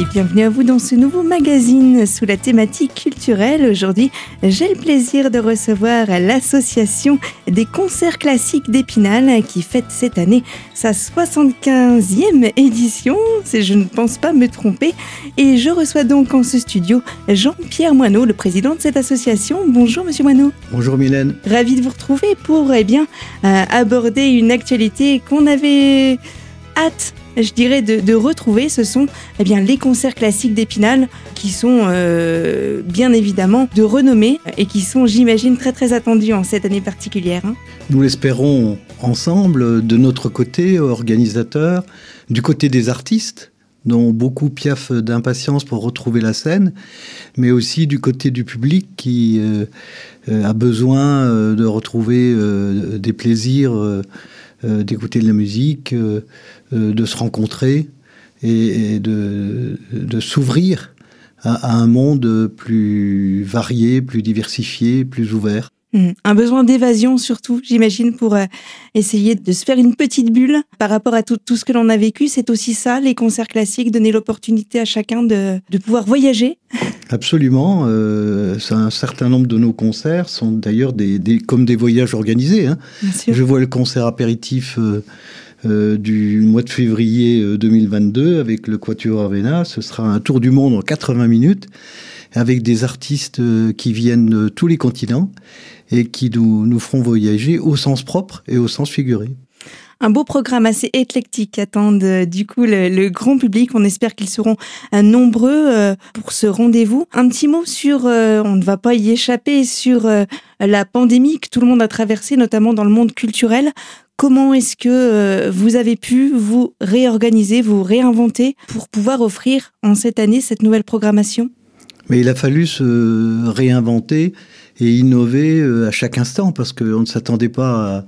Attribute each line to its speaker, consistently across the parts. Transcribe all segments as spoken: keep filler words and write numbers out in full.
Speaker 1: et bienvenue à vous dans ce nouveau magazine sous la thématique culturelle. Aujourd'hui, j'ai le plaisir de recevoir l'association des concerts classiques d'Épinal qui fête cette année sa soixante-quinzième édition, si je ne pense pas me tromper. Et je reçois donc en ce studio Jean-Pierre Moineau, le président de cette association. Bonjour Monsieur Moineau.
Speaker 2: Bonjour Mylène.
Speaker 1: Ravi de vous retrouver pour eh bien, euh, aborder une actualité qu'on avait hâte, je dirais, de, de retrouver. Ce sont eh bien, les concerts classiques d'Épinal qui sont euh, bien évidemment de renommée et qui sont, j'imagine, très très attendus en cette année particulière. Hein.
Speaker 2: Nous l'espérons ensemble, de notre côté, organisateurs, du côté des artistes, dont beaucoup piaffent d'impatience pour retrouver la scène, mais aussi du côté du public qui euh, euh, a besoin euh, de retrouver euh, des plaisirs, euh, euh, d'écouter de la musique, euh, euh, de se rencontrer et, et de, de s'ouvrir à, à un monde plus varié, plus diversifié, plus ouvert.
Speaker 1: Mmh. Un besoin d'évasion surtout, j'imagine, pour euh, essayer de se faire une petite bulle par rapport à tout, tout ce que l'on a vécu. C'est aussi ça, les concerts classiques, donner l'opportunité à chacun de, de pouvoir voyager.
Speaker 2: Absolument. Euh, un certain nombre de nos concerts sont d'ailleurs des, des, comme des voyages organisés. Hein. Je vois le concert apéritif euh, euh, du mois de février deux mille vingt-deux avec le Quatuor Avena. Ce sera un tour du monde en quatre-vingts minutes avec des artistes euh, qui viennent de tous les continents et qui nous, nous feront voyager au sens propre et au sens figuré.
Speaker 1: Un beau programme assez éclectique attend euh, du coup le, le grand public. On espère qu'ils seront euh, nombreux euh, pour ce rendez-vous. Un petit mot sur, euh, on ne va pas y échapper, sur euh, la pandémie que tout le monde a traversée, notamment dans le monde culturel. Comment est-ce que euh, vous avez pu vous réorganiser, vous réinventer pour pouvoir offrir en cette année cette nouvelle programmation ?
Speaker 2: Mais il a fallu se réinventer et innover à chaque instant parce qu'on ne s'attendait pas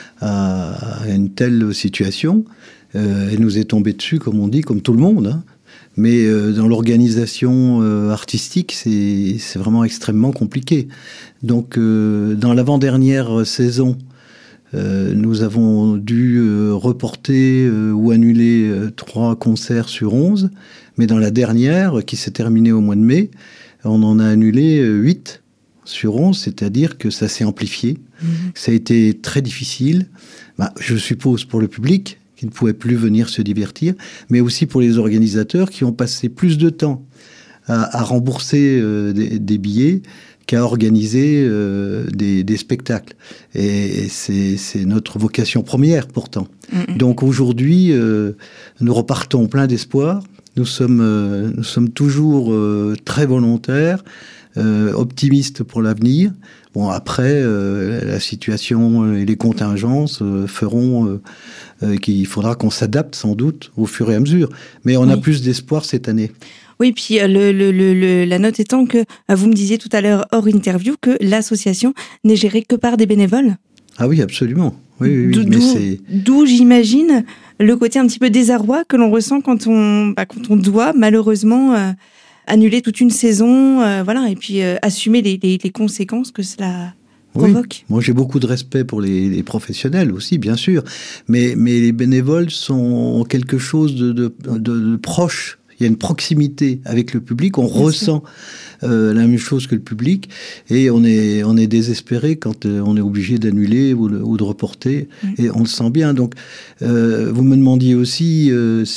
Speaker 2: à, à une telle situation. Euh, elle nous est tombée dessus, comme on dit, comme tout le monde. Hein. Mais euh, dans l'organisation euh, artistique, c'est, c'est vraiment extrêmement compliqué. Donc, euh, dans l'avant-dernière saison, euh, nous avons dû euh, reporter euh, ou annuler euh, trois concerts sur onze. Mais dans la dernière, qui s'est terminée au mois de mai, on en a annulé huit sur onze, c'est-à-dire que ça s'est amplifié. Mmh. Ça a été très difficile, bah, je suppose pour le public, qui ne pouvait plus venir se divertir, mais aussi pour les organisateurs qui ont passé plus de temps à, à rembourser euh, des, des billets qu'à organiser euh, des, des spectacles. Et c'est, c'est notre vocation première, pourtant. Mmh. Donc aujourd'hui, euh, nous repartons plein d'espoir. Nous sommes, euh, nous sommes toujours euh, très volontaires, euh, optimistes pour l'avenir. Bon, après, euh, la situation et les contingences euh, feront euh, euh, qu'il faudra qu'on s'adapte sans doute au fur et à mesure. Mais on oui. a plus d'espoir cette année.
Speaker 1: Oui, puis le, le, le, la note étant que vous me disiez tout à l'heure hors interview que l'association n'est gérée que par des bénévoles.
Speaker 2: Ah oui, absolument. Oui, oui, oui.
Speaker 1: D'où,
Speaker 2: mais c'est...
Speaker 1: d'où j'imagine le côté un petit peu désarroi que l'on ressent quand on, bah, quand on doit malheureusement euh, annuler toute une saison, euh, voilà, et puis euh, assumer les, les, les conséquences que cela provoque.
Speaker 2: Oui, moi j'ai beaucoup de respect pour les, les professionnels aussi, bien sûr, mais, mais les bénévoles sont quelque chose de, de, de, de proche. Il y a une proximité avec le public, on Bien ressent euh, la même chose que le public, et on est, on est désespéré quand euh, on est obligé d'annuler ou de, ou de reporter, mmh. et on le sent bien. Donc, euh, vous me demandiez aussi euh,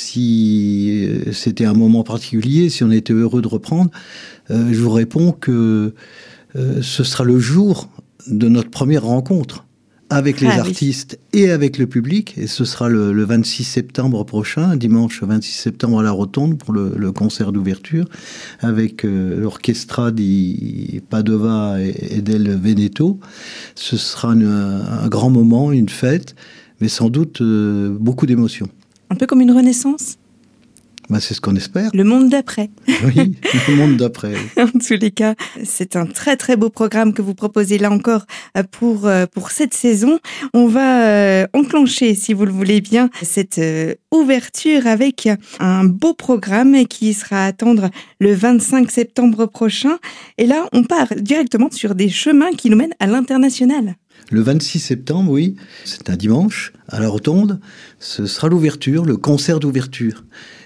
Speaker 2: si c'était un moment particulier, si on était heureux de reprendre. Euh, je vous réponds que euh, ce sera le jour de notre première rencontre avec les ah, artistes oui. et avec le public, et ce sera le, le vingt-six septembre prochain, dimanche vingt-six septembre à la Rotonde pour le, le concert d'ouverture avec euh, l'Orchestra di Padova et, et del Veneto. Ce sera une, un grand moment, une fête, mais sans doute euh, beaucoup d'émotions.
Speaker 1: Un peu comme une renaissance ?
Speaker 2: Bah, c'est ce qu'on espère.
Speaker 1: Le monde d'après.
Speaker 2: Oui, le monde d'après.
Speaker 1: En tous les cas, c'est un très très beau programme que vous proposez là encore pour, pour cette saison. On va euh, enclencher, si vous le voulez bien, cette euh, ouverture avec un beau programme qui sera à attendre le vingt-cinq septembre prochain. Et là, on part directement sur des chemins qui nous mènent à l'international.
Speaker 2: Le vingt-six septembre, oui, c'est un dimanche, à la Rotonde. Ce sera l'ouverture, le concert d'ouverture.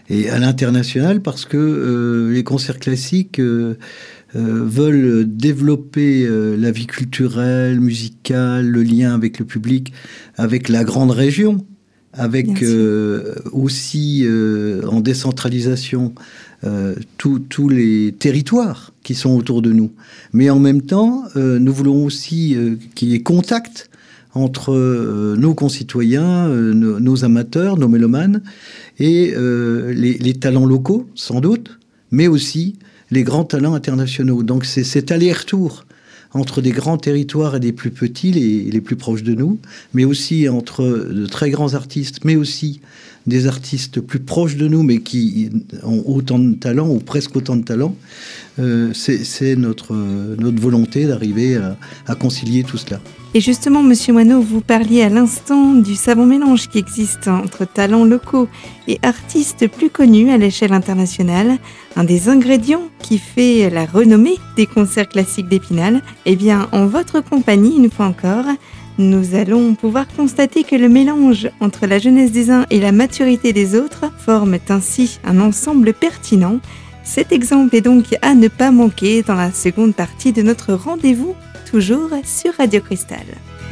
Speaker 2: Et à l'international, parce que euh, les concerts classiques euh, euh, veulent développer euh, la vie culturelle, musicale, le lien avec le public, avec la grande région, avec euh, aussi euh, en décentralisation euh, tous les territoires qui sont autour de nous. Mais en même temps, euh, nous voulons aussi euh, qu'il y ait contact entre euh, nos concitoyens, euh, nos, nos amateurs, nos mélomanes, et euh, les, les talents locaux, sans doute, mais aussi les grands talents internationaux. Donc c'est cet aller-retour entre des grands territoires et des plus petits, les, les plus proches de nous, mais aussi entre de très grands artistes, mais aussi des artistes plus proches de nous, mais qui ont autant de talent, ou presque autant de talent. Euh, c'est notre, notre volonté d'arriver à, à concilier tout cela.
Speaker 1: Et justement, Monsieur Moineau, vous parliez à l'instant du savant mélange qui existe entre talents locaux et artistes plus connus à l'échelle internationale. Un des ingrédients qui fait la renommée des concerts classiques d'Épinal. Eh bien, en votre compagnie, une fois encore, nous allons pouvoir constater que le mélange entre la jeunesse des uns et la maturité des autres forme ainsi un ensemble pertinent. Cet exemple est donc à ne pas manquer dans la seconde partie de notre rendez-vous, toujours sur Radio Cristal.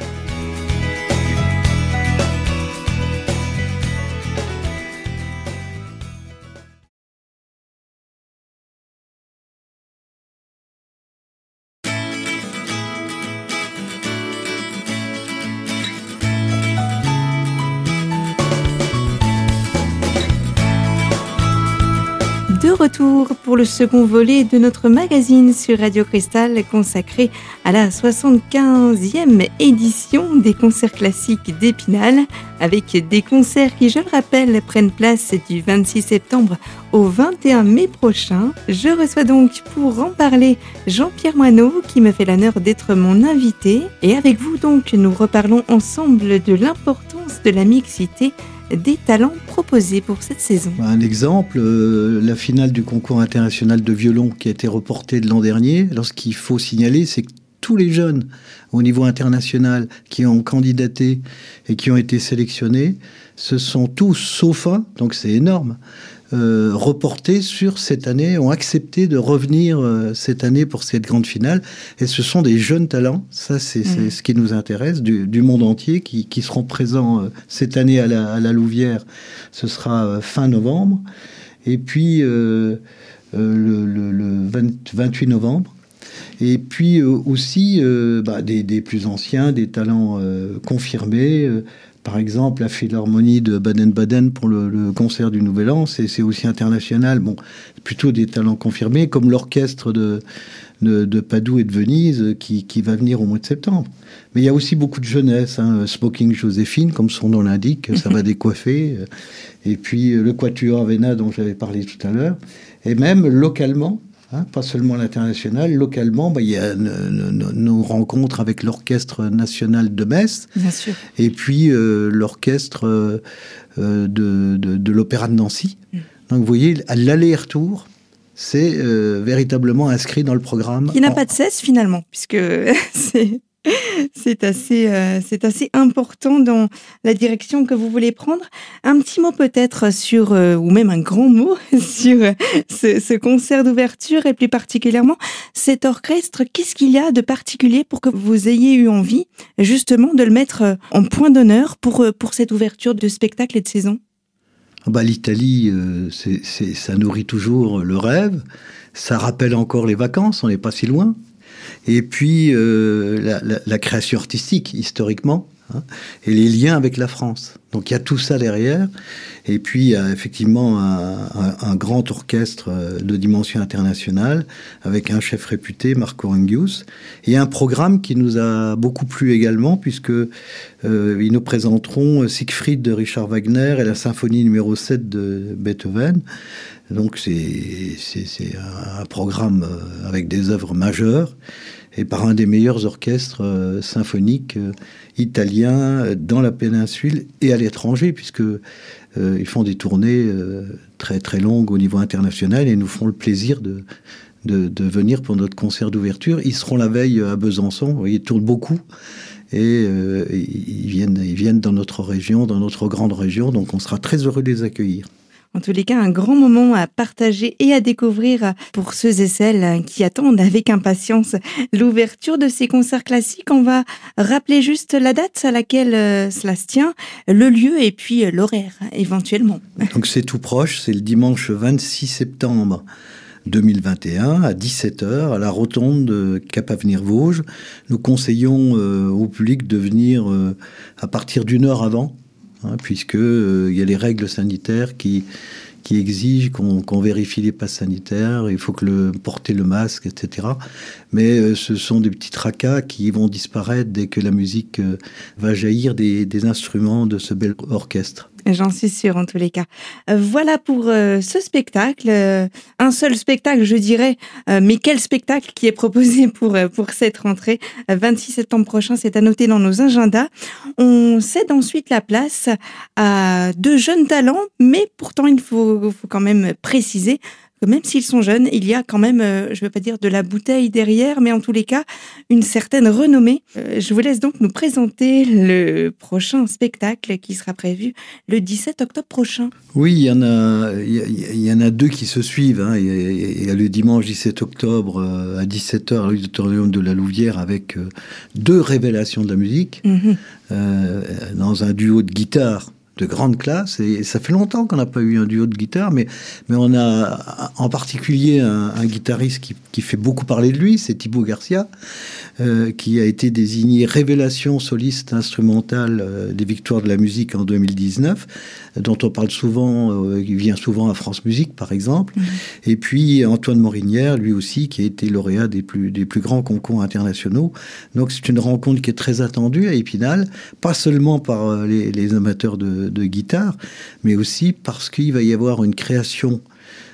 Speaker 1: De retour pour le second volet de notre magazine sur Radio Cristal consacré à la soixante-quinzième édition des concerts classiques d'Épinal, avec des concerts qui, je le rappelle, prennent place du vingt-six septembre au vingt et un mai prochain. Je reçois donc pour en parler Jean-Pierre Moineau qui me fait l'honneur d'être mon invité. Et avec vous donc, nous reparlons ensemble de l'importance de la mixité des talents proposés pour cette saison.
Speaker 2: Un exemple, euh, la finale du concours international de violon qui a été reportée de l'an dernier. Alors, ce qu'il faut signaler, c'est que tous les jeunes au niveau international qui ont candidaté et qui ont été sélectionnés, ce sont tous, sauf un, donc c'est énorme, euh, reportés sur cette année, ont accepté de revenir euh, cette année pour cette grande finale. Et ce sont des jeunes talents, ça c'est mmh. ce qui nous intéresse, du, du monde entier, qui, qui seront présents euh, cette année à la, à la Louvière. Ce sera euh, fin novembre. Et puis euh, euh, le, le, le vingt, vingt-huit novembre. Et puis euh, aussi euh, bah, des, des plus anciens, des talents euh, confirmés. Euh, par exemple, la Philharmonie de Baden-Baden pour le, le concert du Nouvel An, c'est aussi international. Bon, plutôt des talents confirmés, comme l'orchestre de, de, de Padoue et de Venise qui, qui va venir au mois de septembre. Mais il y a aussi beaucoup de jeunesse. Hein, Smoking Joséphine, comme son nom l'indique, ça va décoiffer. Et puis le Quatuor Avena dont j'avais parlé tout à l'heure. Et même localement, Hein, pas seulement l'international, localement, bah, il y a nos rencontres avec l'Orchestre National de Metz,
Speaker 1: bien sûr,
Speaker 2: et puis euh, l'Orchestre euh, de, de, de l'Opéra de Nancy. Mm. Donc vous voyez, l'aller-retour, c'est euh, véritablement inscrit dans le programme.
Speaker 1: Qui n'a en... pas de cesse finalement, puisque c'est... C'est assez, euh, c'est assez important dans la direction que vous voulez prendre. Un petit mot peut-être sur, euh, ou même un grand mot sur euh, ce, ce concert d'ouverture et plus particulièrement cet orchestre. Qu'est-ce qu'il y a de particulier pour que vous ayez eu envie justement de le mettre en point d'honneur pour, pour cette ouverture de spectacle et de saison ?
Speaker 2: Bah, l'Italie, euh, c'est, c'est, ça nourrit toujours le rêve. Ça rappelle encore les vacances, on n'est pas si loin. Et puis euh, la, la, la création artistique, historiquement, hein, et les liens avec la France. Donc il y a tout ça derrière. Et puis il y a effectivement un, un, un grand orchestre de dimension internationale, avec un chef réputé, Marco Rangius, et un programme qui nous a beaucoup plu également, puisque euh, ils nous présenteront Siegfried de Richard Wagner et la symphonie numéro sept de Beethoven. Donc c'est, c'est, c'est un programme avec des œuvres majeures et par un des meilleurs orchestres euh, symphoniques euh, italiens dans la péninsule et à l'étranger, puisque euh, ils font des tournées euh, très très longues au niveau international et nous feront le plaisir de, de, de venir pour notre concert d'ouverture. Ils seront la veille à Besançon, vous voyez, ils tournent beaucoup. Et euh, ils, viennent, ils viennent dans notre région, dans notre grande région, donc on sera très heureux de les accueillir.
Speaker 1: En tous les cas, un grand moment à partager et à découvrir pour ceux et celles qui attendent avec impatience l'ouverture de ces concerts classiques. On va rappeler juste la date à laquelle euh, cela se tient, le lieu et puis euh, l'horaire éventuellement.
Speaker 2: Donc c'est tout proche, c'est le dimanche vingt-six septembre deux mille vingt et un à dix-sept heures à la rotonde de Cap-Avenir-Vosges. Nous conseillons euh, au public de venir euh, à partir d'une heure avant, hein, puisque euh, il y a les règles sanitaires qui qui exigent qu'on, qu'on vérifie les passes sanitaires, il faut que le, porter le masque, et cetera. Mais euh, ce sont des petits tracas qui vont disparaître dès que la musique euh, va jaillir des, des instruments de ce bel orchestre.
Speaker 1: J'en suis sûre en tous les cas. Euh, voilà pour euh, ce spectacle. Euh, un seul spectacle, je dirais. Euh, mais quel spectacle qui est proposé pour, euh, pour cette rentrée. Euh, vingt-six septembre prochain, c'est à noter dans nos agendas. On cède ensuite la place à deux jeunes talents, mais pourtant il faut, faut quand même préciser que même s'ils sont jeunes, il y a quand même, euh, je ne veux pas dire de la bouteille derrière, mais en tous les cas, une certaine renommée. Euh, je vous laisse donc nous présenter le prochain spectacle qui sera prévu le dix-sept octobre prochain.
Speaker 2: Oui, il y en a, il y, il y en a deux qui se suivent. Hein. Il, y a, il y a le dimanche dix-sept octobre euh, à dix-sept heures à l'auditorium de la Louvière avec euh, deux révélations de la musique mmh. euh, dans un duo de guitare de grande classe, et ça fait longtemps qu'on n'a pas eu un duo de guitare, mais, mais on a en particulier un, un guitariste qui, qui fait beaucoup parler de lui, c'est Thibaut Garcia, euh, qui a été désigné révélation soliste instrumentale euh, des Victoires de la musique en deux mille dix-neuf, dont on parle souvent, euh, il vient souvent à France Musique par exemple, mmh. et puis Antoine Morinière, lui aussi, qui a été lauréat des plus, des plus grands concours internationaux. Donc c'est une rencontre qui est très attendue à Épinal, pas seulement par les, les amateurs de de guitare, mais aussi parce qu'il va y avoir une création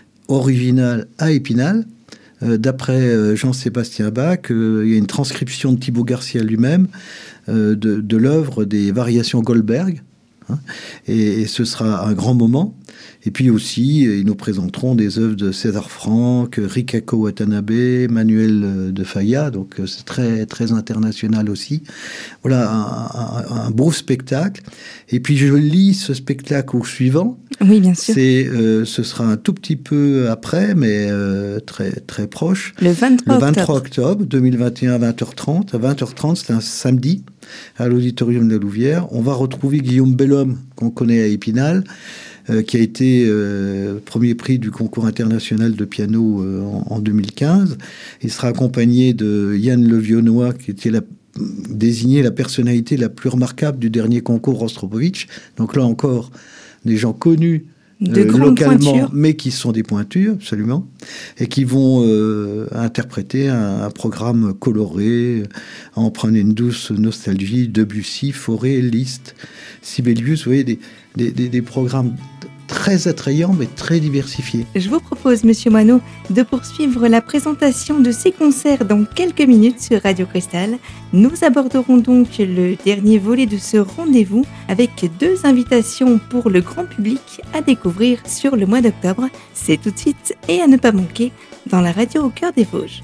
Speaker 2: originale à Épinal. Euh, d'après euh, Jean-Sébastien Bach, euh, il y a une transcription de Thibaut Garcia lui-même euh, de, de l'œuvre des Variations Goldberg. Hein, et, et ce sera un grand moment. Et puis aussi, ils nous présenteront des œuvres de César Franck, Rikako Watanabe, Manuel de Falla, donc c'est très, très international aussi. Voilà, un, un, un beau spectacle. Et puis je lis ce spectacle au suivant.
Speaker 1: Oui, bien sûr.
Speaker 2: C'est, euh, ce sera un tout petit peu après, mais euh, très, très proche.
Speaker 1: Le vingt-trois,
Speaker 2: Le vingt-trois octobre deux mille vingt et un à vingt heures trente. À vingt heures trente, c'est un samedi, à l'auditorium de la Louvière. On va retrouver Guillaume Bellhomme, qu'on connaît à Épinal, Euh, qui a été euh, premier prix du concours international de piano euh, en, en deux mille quinze. Il sera accompagné de Yann Levionnois, qui était la, désigné la personnalité la plus remarquable du dernier concours Rostropovitch. Donc là encore, des gens connus
Speaker 1: de
Speaker 2: euh, localement,
Speaker 1: pointures.
Speaker 2: Mais qui sont des pointures, absolument, et qui vont euh, interpréter un, un programme coloré, empreint une douce nostalgie, Debussy, Fauré, Liszt, Sibelius, vous voyez, des, des, des, des programmes très attrayants, mais très diversifiés.
Speaker 1: Je vous propose, Monsieur Moineau, de poursuivre la présentation de ces concerts dans quelques minutes sur Radio Cristal. Nous aborderons donc le dernier volet de ce rendez-vous avec deux invitations pour le grand public à découvrir sur le mois d'octobre. C'est tout de suite et à ne pas manquer dans la radio au cœur des Vosges.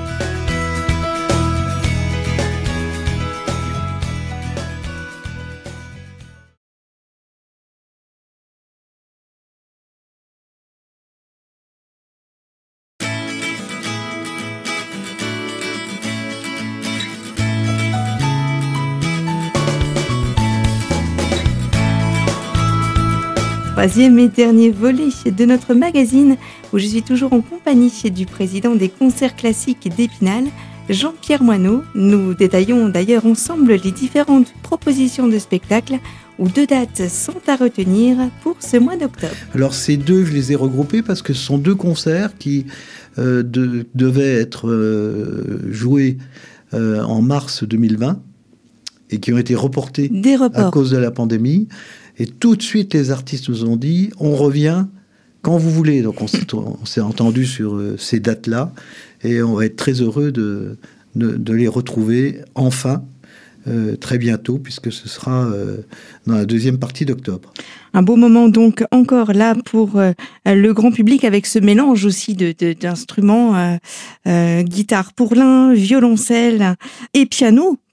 Speaker 1: Troisième et dernier volet de notre magazine où je suis toujours en compagnie du président des concerts classiques d'Épinal, Jean-Pierre Moineau. Nous détaillons d'ailleurs ensemble les différentes propositions de spectacles où deux dates sont à retenir pour ce mois d'octobre.
Speaker 2: Alors ces deux, je les ai regroupés parce que ce sont deux concerts qui euh, de, devaient être euh, joués euh, en mars deux mille vingt et qui ont été reportés à cause de la pandémie. Et tout de suite, les artistes nous ont dit « on revient quand vous voulez ». Donc on s'est, on s'est entendu sur euh, ces dates-là et on va être très heureux de, de, de les retrouver enfin euh, très bientôt, puisque ce sera euh, dans la deuxième partie d'octobre.
Speaker 1: Un beau moment donc encore là pour euh, le grand public avec ce mélange aussi de, de, d'instruments, euh, euh, guitare pour l'un, violoncelle et piano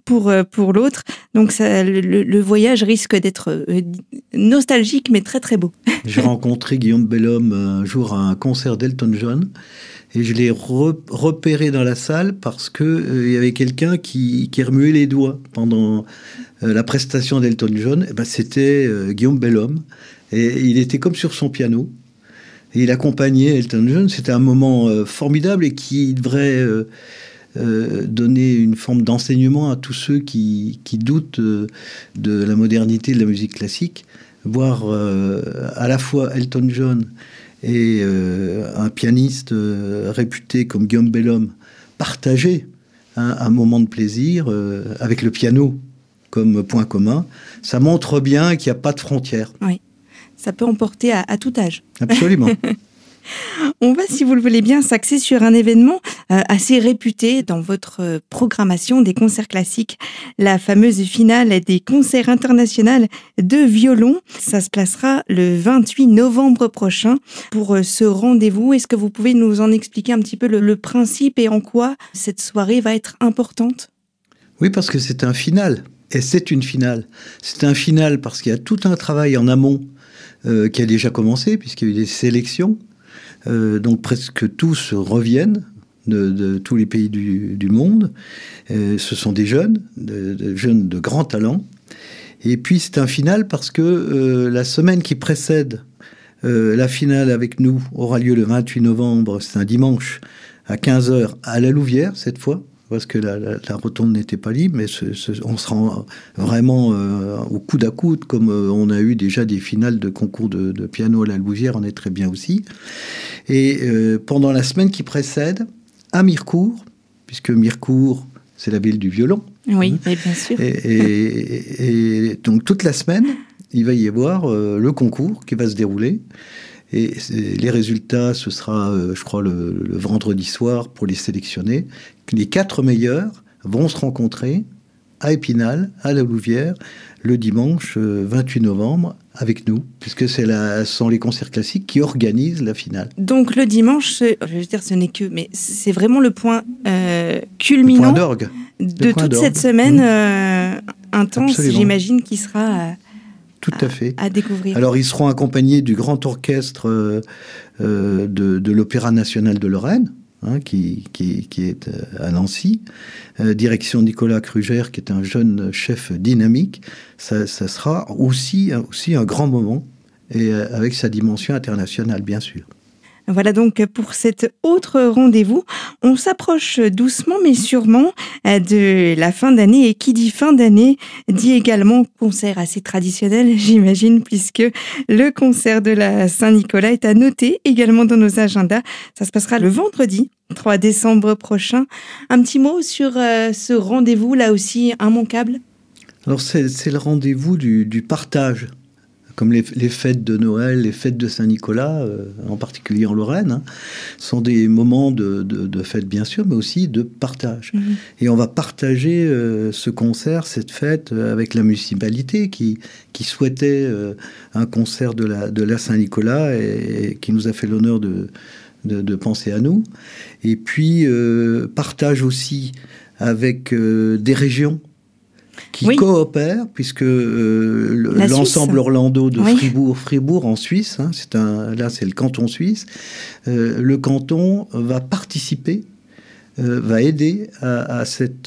Speaker 1: pour, pour l'autre. Donc ça, le, le voyage risque d'être nostalgique, mais très très beau.
Speaker 2: J'ai rencontré Guillaume Bellhomme un jour à un concert d'Elton John. Et je l'ai re- repéré dans la salle parce qu'il euh, y avait quelqu'un qui, qui remuait les doigts pendant euh, la prestation d'Elton John. Et ben, c'était euh, Guillaume Bellhomme. Et il était comme sur son piano. Et il accompagnait Elton John. C'était un moment euh, formidable et qui devrait euh, euh, donner une forme d'enseignement à tous ceux qui, qui doutent euh, de la modernité de la musique classique. Voir euh, à la fois Elton John et euh, un pianiste euh, réputé comme Guillaume Bellhomme partager un, un moment de plaisir euh, avec le piano comme point commun, ça montre bien qu'il n'y a pas de frontières.
Speaker 1: Oui, ça peut emporter à, à tout âge.
Speaker 2: Absolument.
Speaker 1: On va, si vous le voulez bien, s'axer sur un événement euh, assez réputé dans votre euh, programmation des concerts classiques, la fameuse finale des concerts internationaux de violon. Ça se placera le vingt-huit novembre prochain. Pour euh, ce rendez-vous, est-ce que vous pouvez nous en expliquer un petit peu le, le principe et en quoi cette soirée va être importante ?
Speaker 2: Oui, parce que c'est un final, et c'est une finale. C'est un final parce qu'il y a tout un travail en amont euh, qui a déjà commencé, puisqu'il y a eu des sélections. Euh, donc presque tous reviennent de, de tous les pays du, du monde. Euh, ce sont des jeunes, de, de jeunes de grand talent. Et puis c'est un final parce que euh, la semaine qui précède euh, la finale avec nous aura lieu le vingt-huit novembre, c'est un dimanche, à quinze heures, à la Louvière cette fois, parce que la, la, la rotonde n'était pas libre, mais ce, ce, on se rend vraiment euh, au coude à coude, comme euh, on a eu déjà des finales de concours de, de piano à la Louvière, on est très bien aussi. Et euh, pendant la semaine qui précède, à Mirecourt, puisque Mirecourt, c'est la ville du violon.
Speaker 1: Oui, hein, bien sûr.
Speaker 2: Et, et, et donc toute la semaine, il va y avoir euh, le concours qui va se dérouler. Et les résultats, ce sera, euh, je crois, le, le vendredi soir pour les sélectionner. Les quatre meilleurs vont se rencontrer à Épinal, à la Louvière, le dimanche euh, vingt-huit novembre, avec nous, puisque c'est la, ce sont les concerts classiques qui organisent la finale. Donc
Speaker 1: le dimanche, je veux dire, ce n'est que, mais c'est vraiment le point euh, culminant
Speaker 2: le point d'orgue.
Speaker 1: de toute d'orgue. Cette semaine mmh. euh, intense, Absolument. J'imagine, qui sera... Euh,
Speaker 2: Tout à, à fait.
Speaker 1: À découvrir.
Speaker 2: Alors, ils seront accompagnés du grand orchestre euh, euh, de, de l'Opéra national de Lorraine, hein, qui, qui, qui est à Nancy. Euh, direction Nicolas Krugère, qui est un jeune chef dynamique. Ça, ça sera aussi, aussi un grand moment, et euh, avec sa dimension internationale, bien sûr.
Speaker 1: Voilà donc pour cet autre rendez-vous. On s'approche doucement mais sûrement de la fin d'année. Et qui dit fin d'année dit également concert assez traditionnel, j'imagine, puisque le concert de la Saint-Nicolas est à noter également dans nos agendas. Ça se passera le vendredi trois décembre prochain. Un petit mot sur euh, ce rendez-vous, là aussi immanquable ?
Speaker 2: Alors c'est, c'est le rendez-vous du, du partage. Comme les, les fêtes de Noël, les fêtes de Saint-Nicolas, euh, en particulier en Lorraine, hein, sont des moments de, de, de fête, bien sûr, mais aussi de partage. Mmh. Et on va partager euh, ce concert, cette fête, euh, avec la municipalité qui, qui souhaitait euh, un concert de la, de la Saint-Nicolas et, et qui nous a fait l'honneur de, de, de penser à nous. Et puis, euh, partage aussi avec euh, des régions qui oui. coopèrent, puisque euh, l'ensemble Suisse. Orlando de oui. Fribourg, Fribourg en Suisse, hein, c'est un, là c'est le canton suisse, euh, le canton va participer, euh, va aider à, à cette,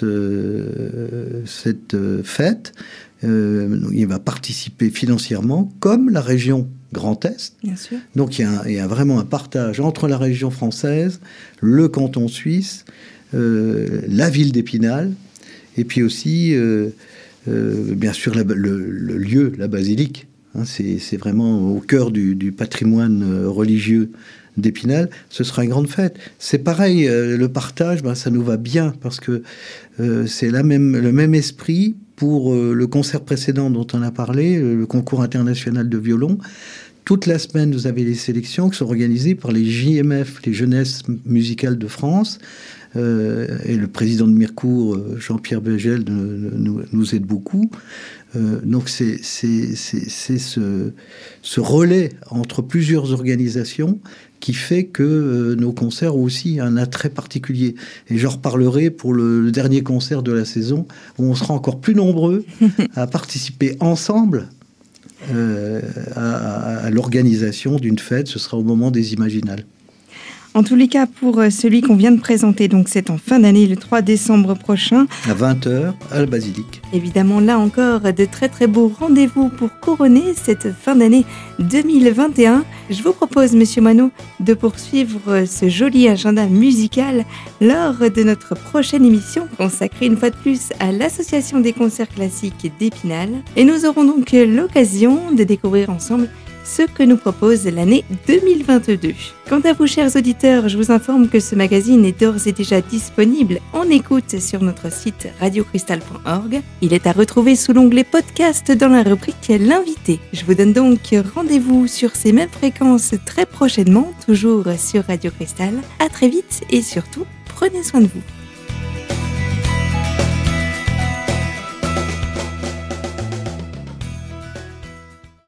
Speaker 2: euh, cette euh, fête, euh, il va participer financièrement, comme la région Grand Est.
Speaker 1: Bien sûr.
Speaker 2: Donc il y, a un, il y a vraiment un partage entre la région française, le canton suisse, euh, la ville d'Épinal, et puis aussi, euh, euh, bien sûr, la, le, le lieu, la basilique. Hein, c'est, c'est vraiment au cœur du, du patrimoine religieux d'Épinal. Ce sera une grande fête. C'est pareil, euh, le partage, ben, ça nous va bien, parce que euh, c'est la même, le même esprit pour euh, le concert précédent dont on a parlé, le concours international de violon. toute la semaine, vous avez les sélections qui sont organisées par les J M F, les Jeunesses Musicales de France. Euh, et le président de Mirecourt, Jean-Pierre Begel, nous, nous aide beaucoup. Euh, donc c'est, c'est, c'est, c'est ce, ce relais entre plusieurs organisations qui fait que euh, nos concerts ont aussi un attrait particulier. Et j'en reparlerai pour le, le dernier concert de la saison, où on sera encore plus nombreux à participer ensemble euh, à, à l'organisation d'une fête. Ce sera au moment des Imaginales.
Speaker 1: En tous les cas, pour celui qu'on vient de présenter, donc c'est en fin d'année, le trois décembre prochain.
Speaker 2: À vingt heures, à la Basilique.
Speaker 1: Évidemment, là encore, de très très beaux rendez-vous pour couronner cette fin d'année deux mille vingt et un. Je vous propose, Monsieur Moineau, de poursuivre ce joli agenda musical lors de notre prochaine émission consacrée une fois de plus à l'Association des concerts classiques d'Épinal. Et nous aurons donc l'occasion de découvrir ensemble ce que nous propose l'année deux mille vingt-deux. Quant à vous, chers auditeurs, je vous informe que ce magazine est d'ores et déjà disponible en écoute sur notre site radio cristal point org. Il est à retrouver sous l'onglet podcast dans la rubrique L'invité. Je vous donne donc rendez-vous sur ces mêmes fréquences très prochainement, toujours sur Radio Cristal. À très vite et surtout, prenez soin de vous.